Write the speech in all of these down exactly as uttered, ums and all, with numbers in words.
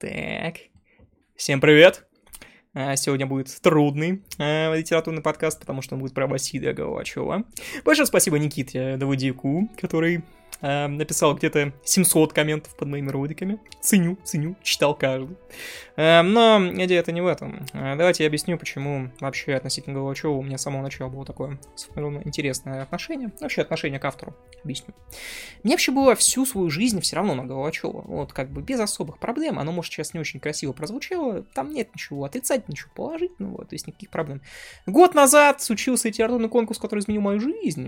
Так, всем привет! Сегодня будет трудный э, литературный подкаст, потому что он будет про Василия Головачева. Большое спасибо Никите Давыдьяку, который э, написал где-то семьсот комментов под моими роликами. Ценю, ценю, читал каждый. Э, но идея это не в этом. Э, давайте я объясню, почему вообще относительно Головачева у меня с самого начала было такое сформированное интересное отношение. Вообще отношение к автору. Объясню. Мне вообще было всю свою жизнь все равно на Головачева. Вот как бы без особых проблем. Оно, может, сейчас не очень красиво прозвучало. Там нет ничего отрицательного, ничего положительного, то есть никаких проблем. Год назад случился литературный конкурс, который изменил мою жизнь.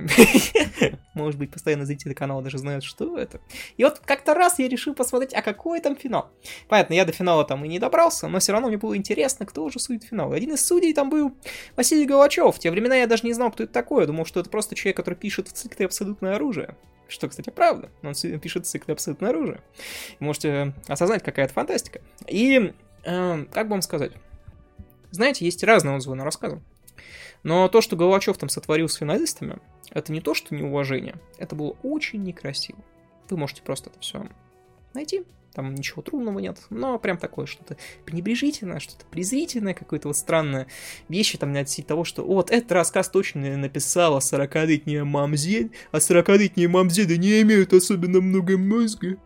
Может быть, постоянно зрители канала даже знают, что это. И вот как-то раз я решил посмотреть, а какой там финал. Понятно, я до финала там и не добрался, но все равно мне было интересно, кто же судит финал. Один из судей там был Василий Головачев. В те времена я даже не знал, кто это такой. Я думал, что это просто человек, который пишет в цикле «Абсолютное оружие». Что, кстати, правда. Он пишет в цикле «Абсолютное оружие». Можете осознать, какая-то фантастика. И, э, как бы вам сказать... Знаете, есть разные отзывы на рассказы. Но то, что Головачев там сотворил с финалистами, это не то, что неуважение. Это было очень некрасиво. Вы можете просто это все найти. Там ничего трудного нет, но прям такое что-то пренебрежительное, что-то презрительное, какое-то вот странное вещи там не от того, что вот этот рассказ точно написала сорокалетняя мамзель, а сорокалетние мамзели не имеют особенно много мозга.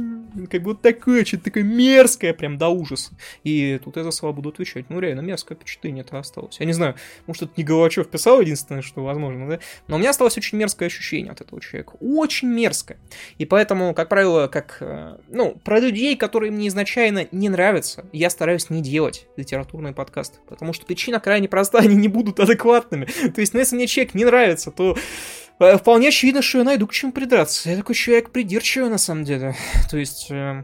Как бы вот такое, что-то такое мерзкое, прям до ужаса. И тут я за слова буду отвечать. Ну реально, мерзкое впечатление-то осталось. Я не знаю, может это не Головачев писал, единственное, что возможно, да? Но у меня осталось очень мерзкое ощущение от этого человека. Очень мерзкое. И поэтому, как правило, как, ну, про людей, которые мне изначально не нравятся, я стараюсь не делать литературные подкасты, потому что причина крайне проста, они не будут адекватными. То есть, ну, если мне человек не нравится, то э, вполне очевидно, что я найду к чему придраться. Я такой человек придирчивый, на самом деле. То есть, э,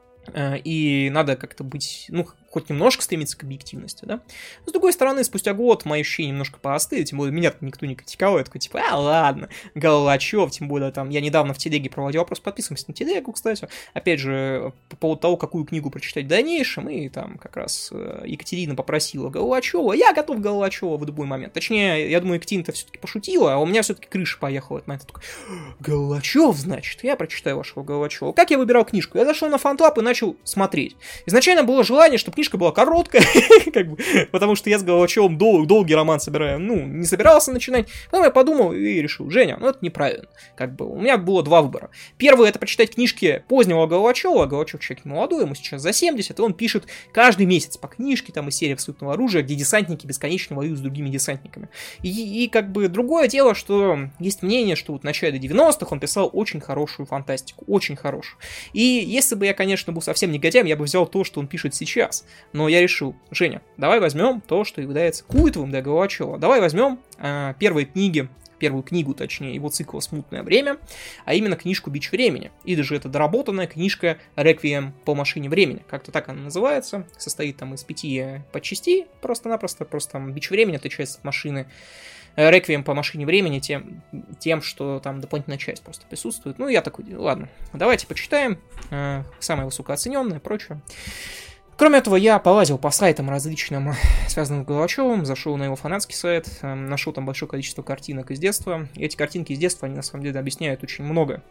э, и надо как-то быть, ну, хоть немножко стремиться к объективности, да. С другой стороны, спустя год мои ощущения немножко поостыли, тем более меня-то никто не критиковал, я такой, типа, а, ладно, Головачев, тем более, там, я недавно в телеге проводил вопрос, подписываемся на телегу, кстати, опять же, по поводу того, какую книгу прочитать в дальнейшем, и там как раз Екатерина попросила Головачева, я готов Головачева в любой момент, точнее, я думаю, Екатерина-то все-таки пошутила, а у меня все-таки крыша поехала в этот момент, я такой, Головачев, значит, я прочитаю вашего Головачева. Как я выбирал книжку? Я зашел на Фанклаб и начал смотреть. Изначально было желание, чтобы книжка была короткая, как бы, потому что я с Головачевым дол- долгий роман собираю, ну, не собирался начинать. Потом я подумал и решил, Женя, ну это неправильно. Как бы, у меня было два выбора. Первый — это почитать книжки позднего Головачева. Головачев человек молодой, ему сейчас за семьдесят, и он пишет каждый месяц по книжке, там, из серии «Абсолютного оружия», где десантники бесконечно воюют с другими десантниками. И, и как бы другое дело, что есть мнение, что вот в начале девяностых он писал очень хорошую фантастику, очень хорошую. И если бы я, конечно, был совсем негодяем, я бы взял то, что он пишет сейчас. Но я решил, Женя, давай возьмем то, что является культовым для Головачева. Давай возьмем э, первые книги, первую книгу, точнее, его цикла «Смутное время», а именно книжку «Бич времени». Или же это доработанная книжка «Реквием по машине времени». Как-то так она называется. Состоит там из пяти подчастей, просто-напросто. Просто там «Бич времени» отличается от машины. «Реквием по машине времени» тем, тем, что там дополнительная часть просто присутствует. Ну, я такой, ладно, давайте почитаем. Э, самое высокооцененное, прочее. Кроме этого, я полазил по сайтам различным, связанным с Головачевым, зашел на его фанатский сайт, нашел там большое количество картинок из детства. И эти картинки из детства, они на самом деле объясняют очень много,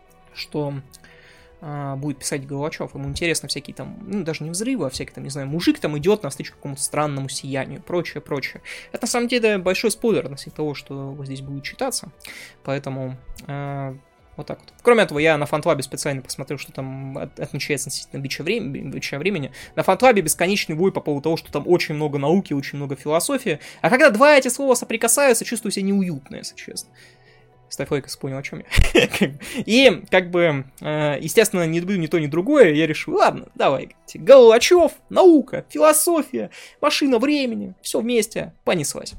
что а, будет писать Головачев. Ему интересно всякие там, ну, даже не взрывы, а всякие там, не знаю, мужик там идет навстречу какому-то странному сиянию, прочее, прочее. Это на самом деле большой спойлер относительно того, что здесь будет читаться. Поэтому... А, вот так вот. Кроме этого, я на Фанклабе специально посмотрел, что там от, отмечается относительно бича времени, бича времени. На Фанклабе бесконечный вой по поводу того, что там очень много науки, очень много философии. А когда два эти слова соприкасаются, чувствую себя неуютно, если честно. Ставь лайк, если понял, о чем я. И, как бы, естественно, не люблю ни то, ни другое. Я решил, ладно, давай. Головачев, наука, философия, машина времени. Все вместе. Понеслась.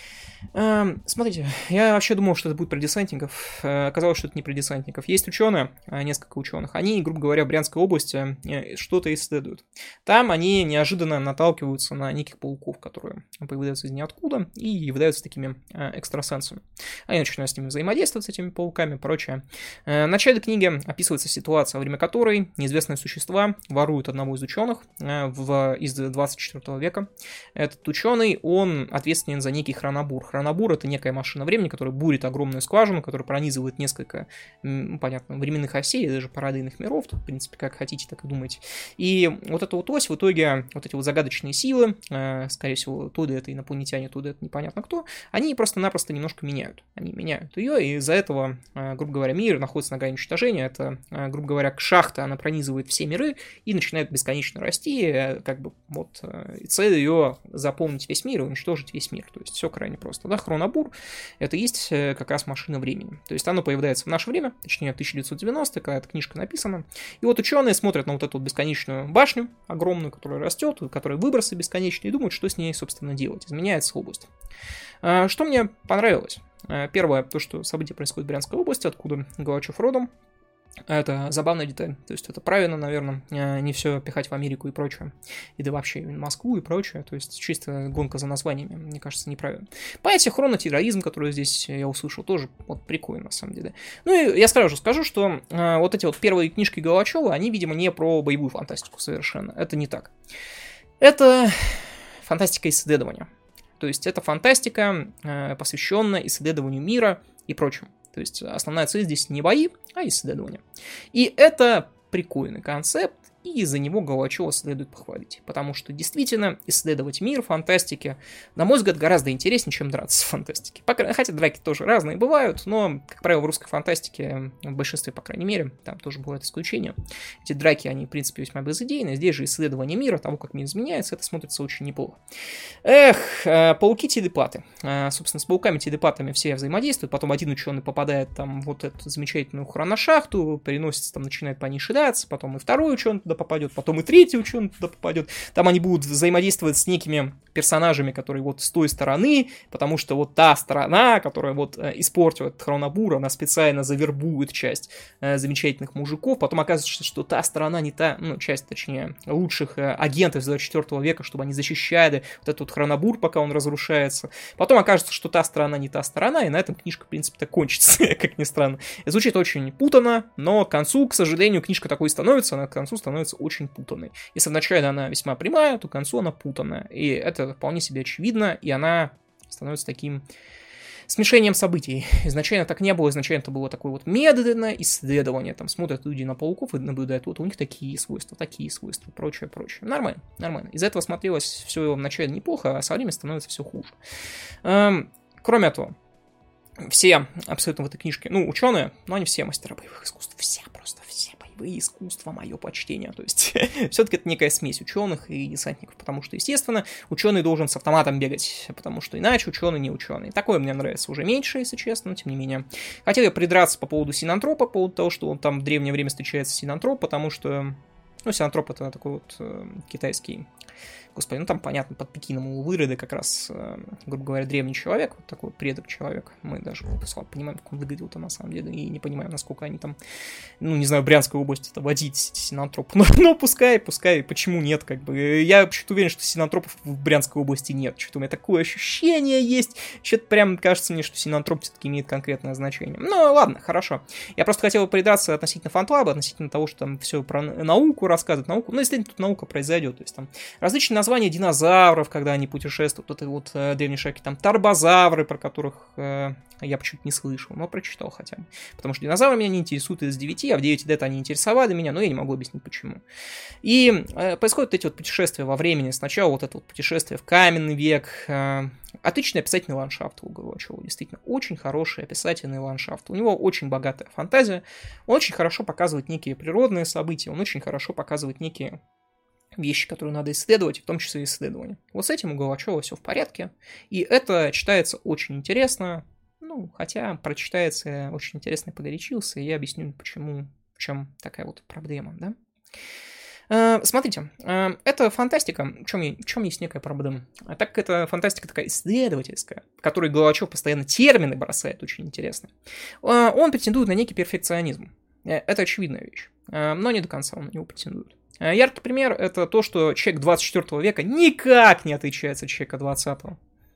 Эм, смотрите, я вообще думал, что это будет про десантников. Э, оказалось, что это не про десантников. Есть ученые, э, несколько ученых. Они, грубо говоря, в Брянской области э, что-то исследуют. Там они неожиданно наталкиваются на неких пауков, которые появляются из ниоткуда и являются такими э, экстрасенсами. Они начинают с ними взаимодействовать, с этими пауками и прочее. Э, в начале книги описывается ситуация, во время которой неизвестные существа воруют одного из ученых э, в, из двадцать четвёртого века. Этот ученый, он ответственен за некий хронобур. Хронобур — это некая машина времени, которая бурит огромную скважину, которая пронизывает несколько, ну, понятно, временных осей, даже параллельных миров, тут, в принципе, как хотите, так и думайте. И вот эта вот ось, в итоге, вот эти вот загадочные силы, э, скорее всего, Туда это инопланетяне, Туда это непонятно кто, они просто-напросто немножко меняют. Они меняют ее, и из-за этого, э, грубо говоря, мир находится на грани уничтожения. Это, э, грубо говоря, шахта, она пронизывает все миры и начинает бесконечно расти, э, как бы вот, э, и цель ее заполнить весь мир и уничтожить весь мир. То есть все крайне просто. Да, Хронобур — это есть э, как раз машина времени. То есть оно появляется в наше время, точнее в тысяча девятьсот девяностые, когда эта книжка написана. И вот ученые смотрят на вот эту вот бесконечную башню огромную, которая растет, у которой выбросы бесконечные, и думают, что с ней, собственно, делать. Изменяется область. Э, что мне понравилось? Э, первое, то, что события происходят в Брянской области, откуда Головачев родом. Это забавная деталь, то есть это правильно, наверное, не все пихать в Америку и прочее, и да вообще в Москву и прочее, то есть чисто гонка за названиями, мне кажется, неправильно. Понятие хронотерроризм, который здесь я услышал, тоже вот прикольно, на самом деле. Ну и я сразу же скажу, что э, вот эти вот первые книжки Головачева, они, видимо, не про боевую фантастику совершенно, это не так. Это фантастика исследования, то есть это фантастика, э, посвященная исследованию мира и прочему. То есть основная цель здесь не бои, а исследования. И это прикольный концепт, и из-за него Головачева следует похвалить. Потому что действительно исследовать мир фантастики, на мой взгляд, гораздо интереснее, чем драться в фантастике. Хотя драки тоже разные бывают, но, как правило, в русской фантастике, в большинстве, по крайней мере, там тоже бывают исключения. Эти драки, они, в принципе, весьма безыдейные. Здесь же исследование мира, того, как мир изменяется, это смотрится очень неплохо. Эх, пауки-телепаты. Собственно, с пауками-телепатами все взаимодействуют, потом один ученый попадает там в вот эту замечательную хроношахту, переносится там, начинает по ней шляться, потом и второй ученый туда попадет, потом и третий ученый туда попадет. Там они будут взаимодействовать с некими персонажами, которые вот с той стороны, потому что вот та сторона, которая вот э, испортила этот Хронобур, она специально завербует часть э, замечательных мужиков, потом оказывается, что та сторона не та, ну, часть, точнее, лучших э, агентов с двадцать четвёртого века, чтобы они защищали вот этот вот Хронобур, пока он разрушается. Потом окажется, что та сторона не та сторона, и на этом книжка, в принципе-то, кончится, как ни странно. Это звучит очень путано, но к концу, к сожалению, книжка такой становится, она к концу становится очень путанной. Если вначале она весьма прямая, то к концу она путанная. И это вполне себе очевидно, и она становится таким смешением событий. Изначально так не было, изначально это было такое вот медленное исследование. Там смотрят люди на пауков и наблюдают, вот у них такие свойства, такие свойства, прочее, прочее. Нормально, нормально. Из-за этого смотрелось все вначале неплохо, а со временем становится все хуже. Эм, кроме этого, все абсолютно в этой книжке, ну, ученые, но они все мастера боевых искусств, все просто, все боевые искусства, мое почтение, то есть все-таки это некая смесь ученых и десантников, потому что, естественно, ученый должен с автоматом бегать, потому что иначе ученый не ученый. Такое мне нравится уже меньше, если честно, но тем не менее. Хотел я придраться по поводу Синантропа, по поводу того, что он там в древнее время встречается Синантроп, потому что, ну, Синантроп — это такой вот э, китайский, господи, ну там, понятно, под Пекином у Выроды как раз, э, грубо говоря, древний человек, вот такой предок человек. Мы даже понимаем, как он выглядел-то на самом деле, и не понимаем, насколько они там, ну, не знаю, в Брянской области-то водить синантроп. Но, но пускай, пускай, почему нет, как бы. Я вообще-то уверен, что синантропов в Брянской области нет. Что-то у меня такое ощущение есть. Что-то прям кажется мне, что синантроп все-таки имеет конкретное значение. Ну, ладно, хорошо. Я просто хотел придраться относительно фантлаба, относительно того, что там все про науку рассказывают, науку. Ну, если тут наука произойдет, то есть там различные названия динозавров, когда они путешествуют, вот это вот э, древние шаги, там тарбозавры, про которых э, я почему-то не слышал, но прочитал хотя бы. Потому что динозавры меня не интересуют из девяти, а в девять лет они интересовали меня, но я не могу объяснить почему. И э, происходят эти вот путешествия во времени. Сначала вот это вот путешествие в каменный век. Э, отличный описательный ландшафт у Головачева, действительно, очень хороший описательный ландшафт. У него очень богатая фантазия, он очень хорошо показывает некие природные события, он очень хорошо показывает некие вещи, которые надо исследовать, в том числе исследования. Вот с этим у Головачева все в порядке, и это читается очень интересно, ну, хотя прочитается очень интересно, погорячился, и я объясню, почему, в чем такая вот проблема, да. Uh, смотрите, uh, это фантастика, в чем, в чем есть некая проблема. А так как это фантастика такая исследовательская, в которой Головачев постоянно термины бросает, очень интересно, uh, он претендует на некий перфекционизм. Uh, это очевидная вещь, uh, но не до конца он на него претендует. Uh, яркий пример — это то, что человек двадцать четвёртого века никак не отличается от человека двадцатого.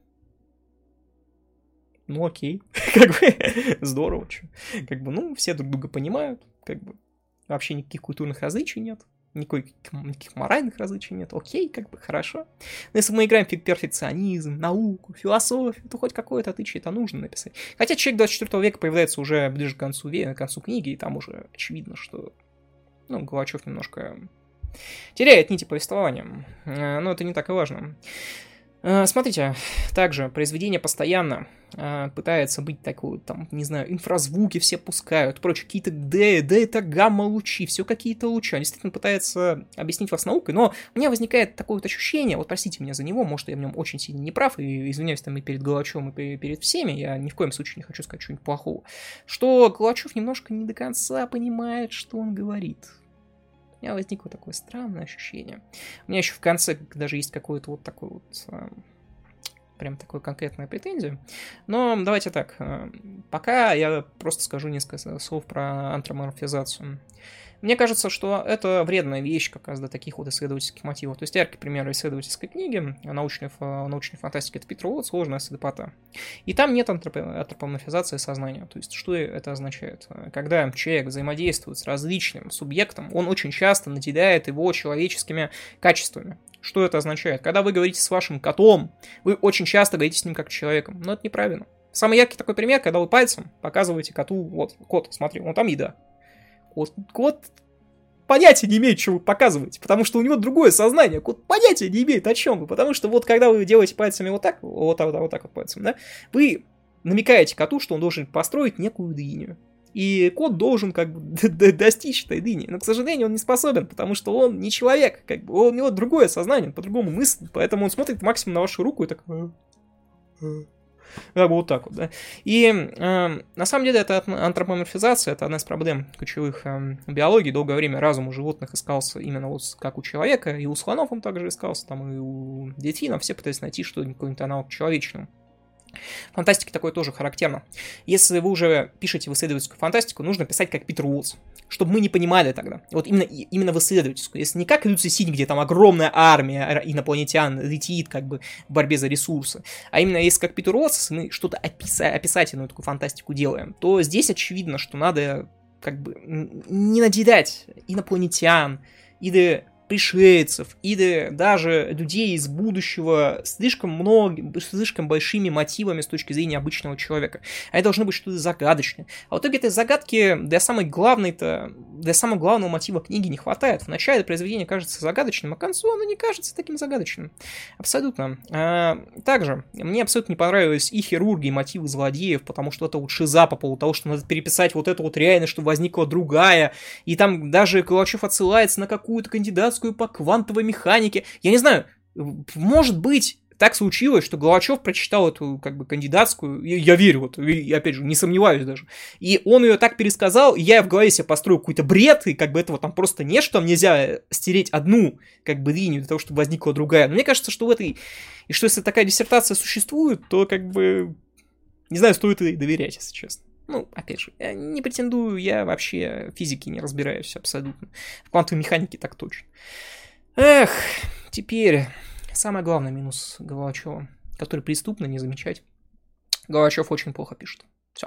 Ну окей, как бы здорово, что. Как бы, ну, все друг друга понимают, как бы вообще никаких культурных различий нет. никакой, никаких моральных различий нет, окей, как бы хорошо. Но если мы играем в перфекционизм, науку, философию, то хоть какое-то отличие это нужно написать. Хотя человек двадцать четвёртого века появляется уже ближе к концу, к концу книги, и там уже очевидно, что ну, Головачев немножко теряет нити повествования, но это не так и важно. Смотрите, также произведение постоянно э, пытается быть такой, там, не знаю, инфразвуки все пускают, прочее, какие-то D, дельта, гамма-лучи, все какие-то лучи. Он действительно пытается объяснить вас наукой, но у меня возникает такое вот ощущение, вот простите меня за него, может, я в нем очень сильно не прав, и извиняюсь там и перед Головачевым, и перед всеми, я ни в коем случае не хочу сказать что-нибудь плохого, что Головачев немножко не до конца понимает, что он говорит. У меня возникло такое странное ощущение. У меня еще в конце даже есть какое-то вот такое вот... Э, прям такое конкретная претензия. Но давайте так. Э, пока я просто скажу несколько слов про антроморфизацию. Мне кажется, что это вредная вещь как раз для таких вот исследовательских мотивов. То есть яркий пример исследовательской книги научной, научной фантастики — это Питер Уотт «Сложная слепота». И там нет антропоморфизации сознания. То есть что это означает? Когда человек взаимодействует с различным субъектом, он очень часто наделяет его человеческими качествами. Что это означает? Когда вы говорите с вашим котом, вы очень часто говорите с ним как с человеком. Но это неправильно. Самый яркий такой пример, когда вы пальцем показываете коту: вот, кот, смотри, вон там еда. Кот, кот понятия не имеет, что вы показываете, потому что у него другое сознание. Кот понятия не имеет, о чем вы, потому что вот когда вы делаете пальцами вот так, вот, вот, вот так вот пальцем, да, вы намекаете коту, что он должен построить некую дыню. И кот должен как бы достичь этой дыни. Но, к сожалению, он не способен, потому что он не человек, как бы, у него другое сознание, он по-другому мыслит, поэтому он смотрит максимум на вашу руку и так... Как бы вот так вот, да. И э, на самом деле это антропоморфизация, это одна из проблем ключевых э, биологии. Долгое время разум у животных искался именно вот как у человека, и у слонов он также искался, там и у дельфинов, все пытались найти что-нибудь аналог человечному. В фантастике такое тоже характерно. Если вы уже пишете в исследовательскую фантастику, нужно писать как Питер Уотт, чтобы мы не понимали тогда. Вот именно, именно в исследовательскую. Если не как Люций Синь, где там огромная армия инопланетян летит как бы в борьбе за ресурсы, а именно если как Питер Уотт мы что-то описа- описательную такую фантастику делаем, то здесь очевидно, что надо как бы не наделять инопланетян или пришельцев, или даже людей из будущего слишком много, слишком большими мотивами с точки зрения обычного человека. Они должны быть что-то загадочное. А в итоге этой загадки для самой главной-то, для самого главного мотива книги не хватает. В начале произведение кажется загадочным, а к концу оно не кажется таким загадочным. Абсолютно. А, также мне абсолютно не понравились и хирурги, и мотивы злодеев, потому что это вот шиза по поводу того, что надо переписать вот эту вот реальность, чтобы возникла другая. И там даже Головачев отсылается на какую-то кандидатскую по квантовой механике. Я не знаю, может быть, так случилось, что Головачев прочитал эту как бы кандидатскую, я, я верю, вот, и, опять же, не сомневаюсь даже, и он ее так пересказал, и я в голове себе построил какой-то бред, и как бы этого там просто нет, что там нельзя стереть одну как бы линию для того, чтобы возникла другая. Но мне кажется, что в этой, и что если такая диссертация существует, то как бы, не знаю, стоит ей доверять, если честно. Ну, опять же, я не претендую, я вообще в физике не разбираюсь абсолютно. В квантовой механике так точно. Эх, теперь самый главный минус Головачева, который преступно не замечать. Головачев очень плохо пишет. Все.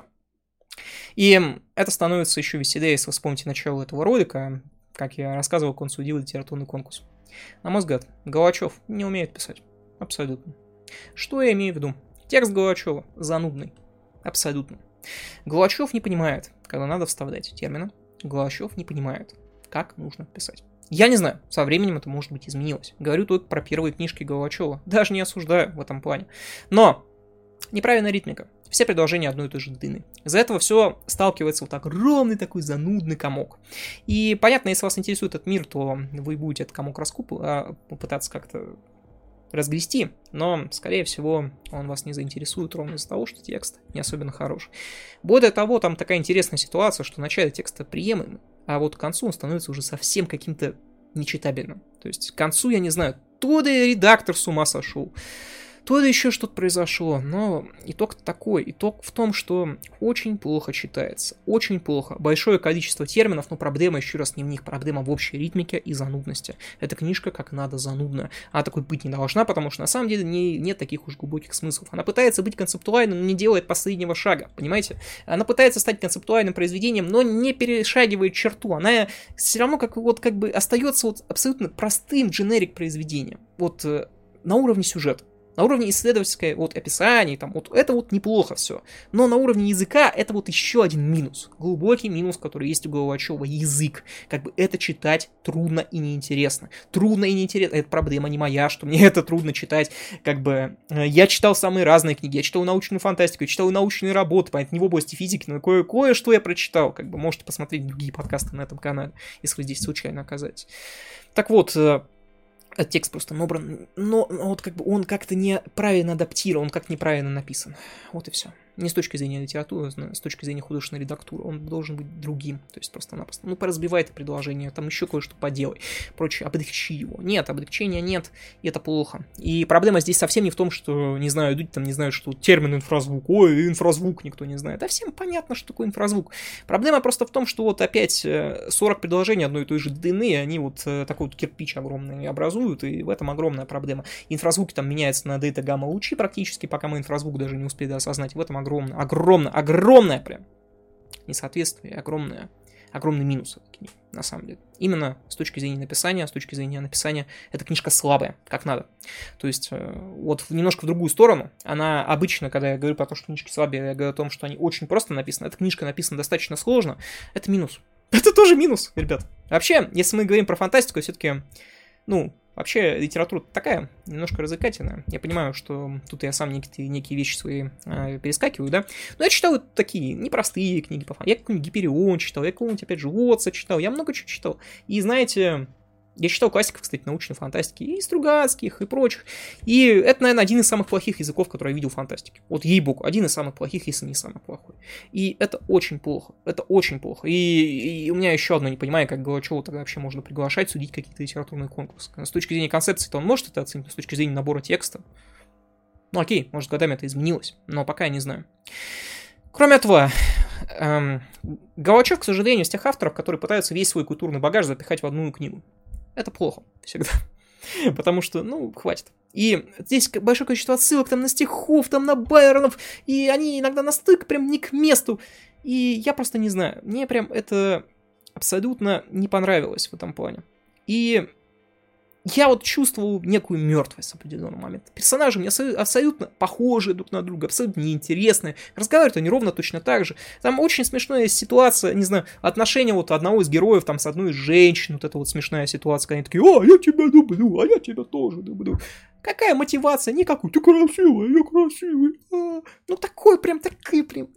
И это становится еще веселее, если вы вспомните начало этого ролика, как я рассказывал, как он судил литературный конкурс. На мой взгляд, Головачев не умеет писать. Абсолютно. Что я имею в виду? Текст Головачева занудный. Абсолютно. Головачев не понимает, когда надо вставлять термины. Головачев не понимает, как нужно писать. Я не знаю, со временем это, может быть, изменилось. Говорю только про первые книжки Головачева. Даже не осуждаю в этом плане. Но неправильная ритмика. Все предложения одной и той же длины. Из-за этого все сталкивается вот так огромный такой занудный комок. И понятно, если вас интересует этот мир, то вы будете этот комок раскупать, попытаться как-то разгрести, но, скорее всего, он вас не заинтересует ровно из-за того, что текст не особенно хорош. Более того, там такая интересная ситуация, что в начале текста приемлемый, а вот к концу он становится уже совсем каким-то нечитабельным. То есть к концу, я не знаю, то ли редактор с ума сошел, то ли еще что-то произошло, но итог такой. Итог в том, что очень плохо читается, очень плохо. Большое количество терминов, но проблема, еще раз, не в них, проблема в общей ритмике и занудности. Эта книжка как надо занудная. Она такой быть не должна, потому что на самом деле не, нет таких уж глубоких смыслов. Она пытается быть концептуальной, но не делает последнего шага, понимаете? Она пытается стать концептуальным произведением, но не перешагивает черту. Она все равно как, вот, как бы остается вот абсолютно простым дженерик произведением. Вот на уровне сюжета. На уровне исследовательской вот описаний, там, вот это вот неплохо все. Но на уровне языка это вот еще один минус. Глубокий минус, который есть у Головачева. Язык. Как бы это читать трудно и неинтересно. Трудно и неинтересно. Это проблема не моя, что мне это трудно читать. Как бы я читал самые разные книги. Я читал научную фантастику, я читал научные работы, понятно, не в области физики, но кое- кое-что я прочитал. Как бы можете посмотреть другие подкасты на этом канале, если вы здесь случайно оказались. Так вот, этот текст просто набран, но, но вот как бы он как-то неправильно адаптирован, он как-то неправильно написан. Вот и все. Не с точки зрения литературы, с точки зрения художественной редактуры. Он должен быть другим. То есть просто-напросто. Ну, поразбивай это предложение, там еще кое-что поделай. Прочее, облегчи его. Нет, облегчения нет, и это плохо. И проблема здесь совсем не в том, что, не знаю, люди там не знают, что термин инфразвук. Ой, инфразвук никто не знает. Да всем понятно, что такое инфразвук. Проблема просто в том, что вот опять сорок предложений одной и той же длины, они вот такой вот кирпич огромный образуют, и в этом огромная проблема. Инфразвуки там меняются на дельта-гамма-лучи практически, пока мы инфразвук даже не успели осознать. В этом огромное, огромное, огромное прям несоответствие, огромное, огромный минус этой книги, на самом деле. Именно с точки зрения написания, с точки зрения написания, эта книжка слабая, как надо. То есть, вот немножко в другую сторону. Она обычно, когда я говорю про то, что книжки слабые, я говорю о том, что они очень просто написаны. Эта книжка написана достаточно сложно. Это минус. Это тоже минус, ребят. Вообще, если мы говорим про фантастику, все-таки, ну, вообще, литература такая, немножко развлекательная. Я понимаю, что тут я сам некие, некие вещи свои э, перескакиваю, да. Но я читал вот такие непростые книги по фантастике. Я какой-нибудь Гиперион читал, я какого-нибудь, опять же, Уотса читал. Я много чего читал. И, знаете, я читал классиков, кстати, научной фантастики, и Стругацких, и прочих. И это, наверное, один из самых плохих языков, которые я видел в фантастике. Вот ей-богу, один из самых плохих, если не самый плохой. И это очень плохо. Это очень плохо. И, и у меня еще одно непонимание, как Головачева тогда вообще можно приглашать, судить какие-то литературные конкурсы. С точки зрения концепции-то он может это оценить, но с точки зрения набора текста. Ну окей, может, годами это изменилось, но пока я не знаю. Кроме этого, эм, Головачев, к сожалению, из тех авторов, которые пытаются весь свой культурный багаж запихать в одну книгу. Это плохо всегда. Потому что, ну, хватит. И здесь большое количество отсылок там на стихов, там на Байронов, и они иногда настолько прям не к месту. И я просто не знаю. Мне прям это абсолютно не понравилось в этом плане. И я вот чувствовал некую мертвость в определенный момент. Персонажи мне абсолютно похожи друг на друга, абсолютно неинтересные. Разговаривают они ровно точно так же. Там очень смешная ситуация, не знаю, отношения вот одного из героев там с одной из женщин. Вот это вот смешная ситуация, когда они такие: «А, я тебя люблю, а я тебя тоже люблю». Какая мотивация? Никакой. Ты красивая, я красивый. А. Ну такой прям, такой прям...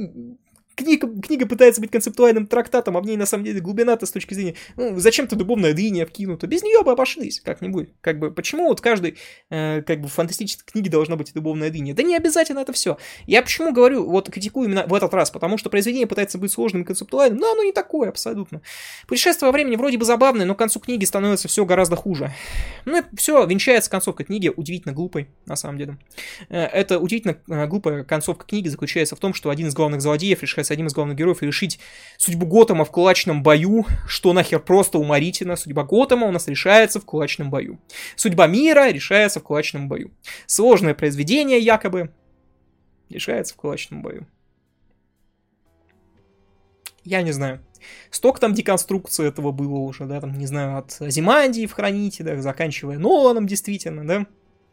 Книга, книга пытается быть концептуальным трактатом, а в ней на самом деле глубина-то с точки зрения, ну, зачем-то дубовная дыня вкинута. Без нее бы обошлись как-нибудь. Как бы, почему вот в каждой э, как бы фантастической книге должна быть дубовная дыня? Да не обязательно это все. Я почему говорю, вот критикую именно в этот раз, потому что произведение пытается быть сложным и концептуальным, но оно не такое абсолютно. Путешествие во времени вроде бы забавное, но к концу книги становится все гораздо хуже. Ну и все, венчается концовка книги удивительно глупой, на самом деле. Э, это удивительно э, глупая концовка книги заключается в том, что один из главных злодеев решает с одним из главных героев и решить судьбу Готэма в кулачном бою, что нахер просто уморительно. Судьба Готэма у нас решается в кулачном бою. Судьба мира решается в кулачном бою. Сложное произведение якобы решается в кулачном бою. Я не знаю. Столько там деконструкции этого было уже, да, там, не знаю, от Азимандии в Хранителях, заканчивая Ноланом, действительно, да.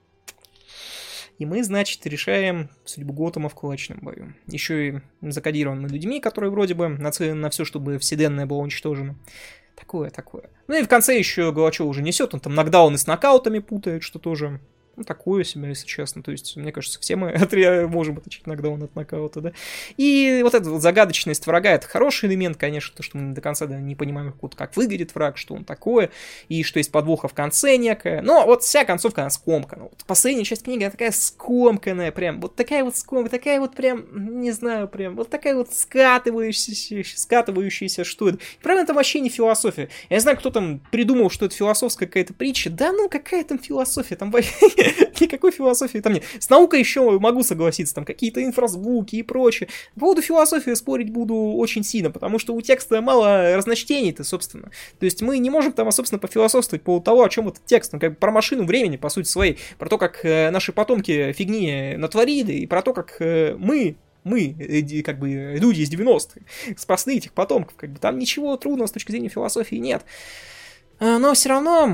И мы, значит, решаем судьбу Готэма в кулачном бою. Еще и закодированы людьми, которые вроде бы нацелены на все, чтобы вселенная была уничтожена. Такое, такое. Ну и в конце еще Головачев уже несет, он там нокдауны с нокаутами путает, что тоже... Ну, такое себе, если честно. То есть, мне кажется, все мы можем отличить нокдаун от нокаута, да. И вот эта вот загадочность врага — это хороший элемент, конечно, то, что мы до конца да, не понимаем, как выглядит враг, что он такое, и что есть подвоха в конце некая. Но вот вся концовка, она скомкана. Вот последняя часть книги, она такая скомканная прям. Вот такая вот скомканная, такая вот прям, не знаю, прям, вот такая вот скатывающаяся, скатывающаяся, что это. И правильно, это вообще не философия. Я не знаю, кто там придумал, что это философская какая-то притча. Да ну, какая там философия? Там Никакой философии там нет. С наукой еще могу согласиться, там какие-то инфразвуки и прочее. По поводу философии спорить буду очень сильно, потому что у текста мало разночтений-то, собственно. То есть мы не можем там, собственно, пофилософствовать по поводу того, о чем этот текст. Ну, как бы про машину времени, по сути своей, про то, как э, наши потомки фигни натворили, и про то, как э, мы, мы, э, как бы, люди из девяностых, спасли этих потомков. Как бы, там ничего трудного с точки зрения философии нет. Но все равно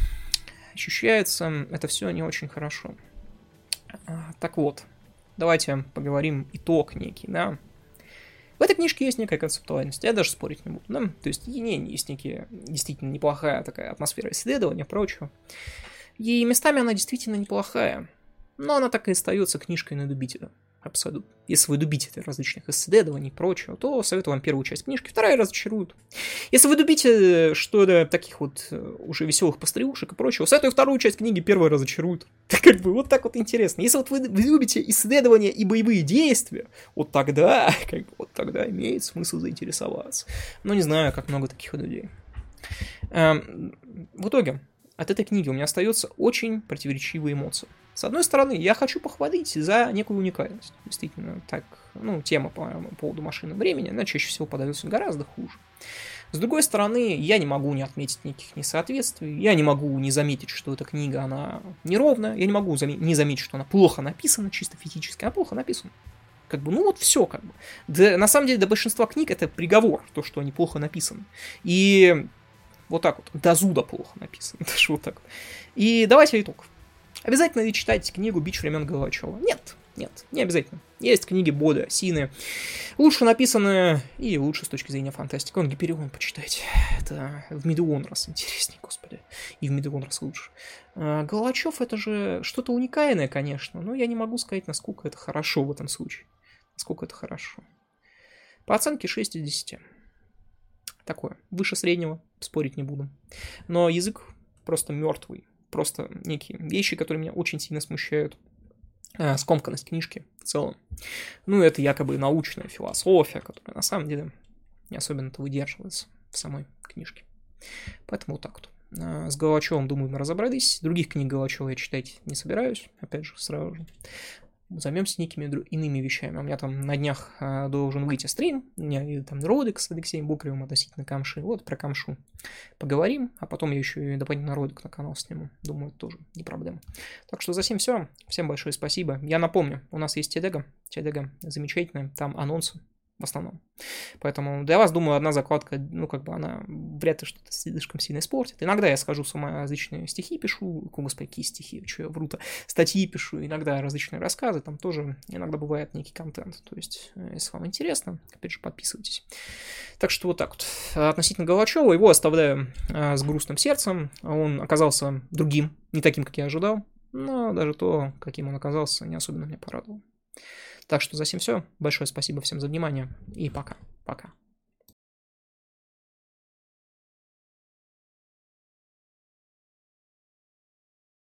ощущается это все не очень хорошо. Так вот, давайте поговорим итог некий, да. В этой книжке есть некая концептуальность, я даже спорить не буду, да. То есть не, есть некие, действительно неплохая такая атмосфера исследования и прочего. И местами она действительно неплохая, но она так и остается книжкой на любителя. Абсолютно. Если вы любите различных исследований и прочего, то советую вам первую часть книжки, вторая разочарует. Если вы любите что-то таких вот уже веселых пострелушек и прочего, советую вторую часть книги, первая разочарует. Как бы вот так вот интересно. Если вот вы, вы любите исследования и боевые действия, вот тогда, как бы, вот тогда имеет смысл заинтересоваться. Но не знаю, как много таких людей. Эм, в итоге, от этой книги у меня остается очень противоречивые эмоции. С одной стороны, я хочу похвалить за некую уникальность. Действительно, так, ну, тема по, по поводу машины времени, она чаще всего подается гораздо хуже. С другой стороны, я не могу не отметить никаких несоответствий, я не могу не заметить, что эта книга, она неровная, я не могу зам- не заметить, что она плохо написана, чисто физически, она плохо написана. Как бы, ну вот все, как бы. Да, на самом деле, до большинства книг это приговор, то, что они плохо написаны. И вот так вот, до зуда плохо написано, даже вот так вот. И давайте итог. Обязательно ли читать книгу «Бич времен Головачева»? Нет, нет, не обязательно. Есть книги более сильные, лучше написанные и лучше с точки зрения фантастики. Он Гиперион почитайте. Это в миллион раз интереснее, господи. И в миллион раз лучше. Головачев это же что-то уникальное, конечно, но я не могу сказать, насколько это хорошо в этом случае. Насколько это хорошо. По оценке шесть из десяти. Такое. Выше среднего, спорить не буду. Но язык просто мертвый. Просто некие вещи, которые меня очень сильно смущают. А, скомканность книжки в целом. Ну, это якобы научная философия, которая на самом деле не особенно-то выдерживается в самой книжке. Поэтому вот так вот. А, с Головачевым, думаю, мы разобрались. Других книг Головачева я читать не собираюсь. Опять же, сразу же. Займемся некими дру- иными вещами. У меня там на днях а, должен выйти стрим. У меня и там ролик с Алексеем Бокревым относительно камши. Вот про камшу поговорим. А потом я еще и дополнительно ролик на канал сниму. Думаю, это тоже не проблема. Так что за всем все. Всем большое спасибо. Я напомню, у нас есть Телега. Телега замечательная. Там анонсы в основном. Поэтому для вас, думаю, одна закладка, ну, как бы она вряд ли что-то слишком сильно испортит. Иногда я схожу с ума, различные стихи пишу, о, господи, какие стихи, что я вру-то, статьи пишу, иногда различные рассказы, там тоже иногда бывает некий контент. То есть, если вам интересно, опять же, подписывайтесь. Так что вот так вот. Относительно Головачева, его оставляю а, с грустным сердцем. Он оказался другим, не таким, как я ожидал, но даже то, каким он оказался, не особенно меня порадовал. Так что за всем все. Большое спасибо всем за внимание и пока. Пока.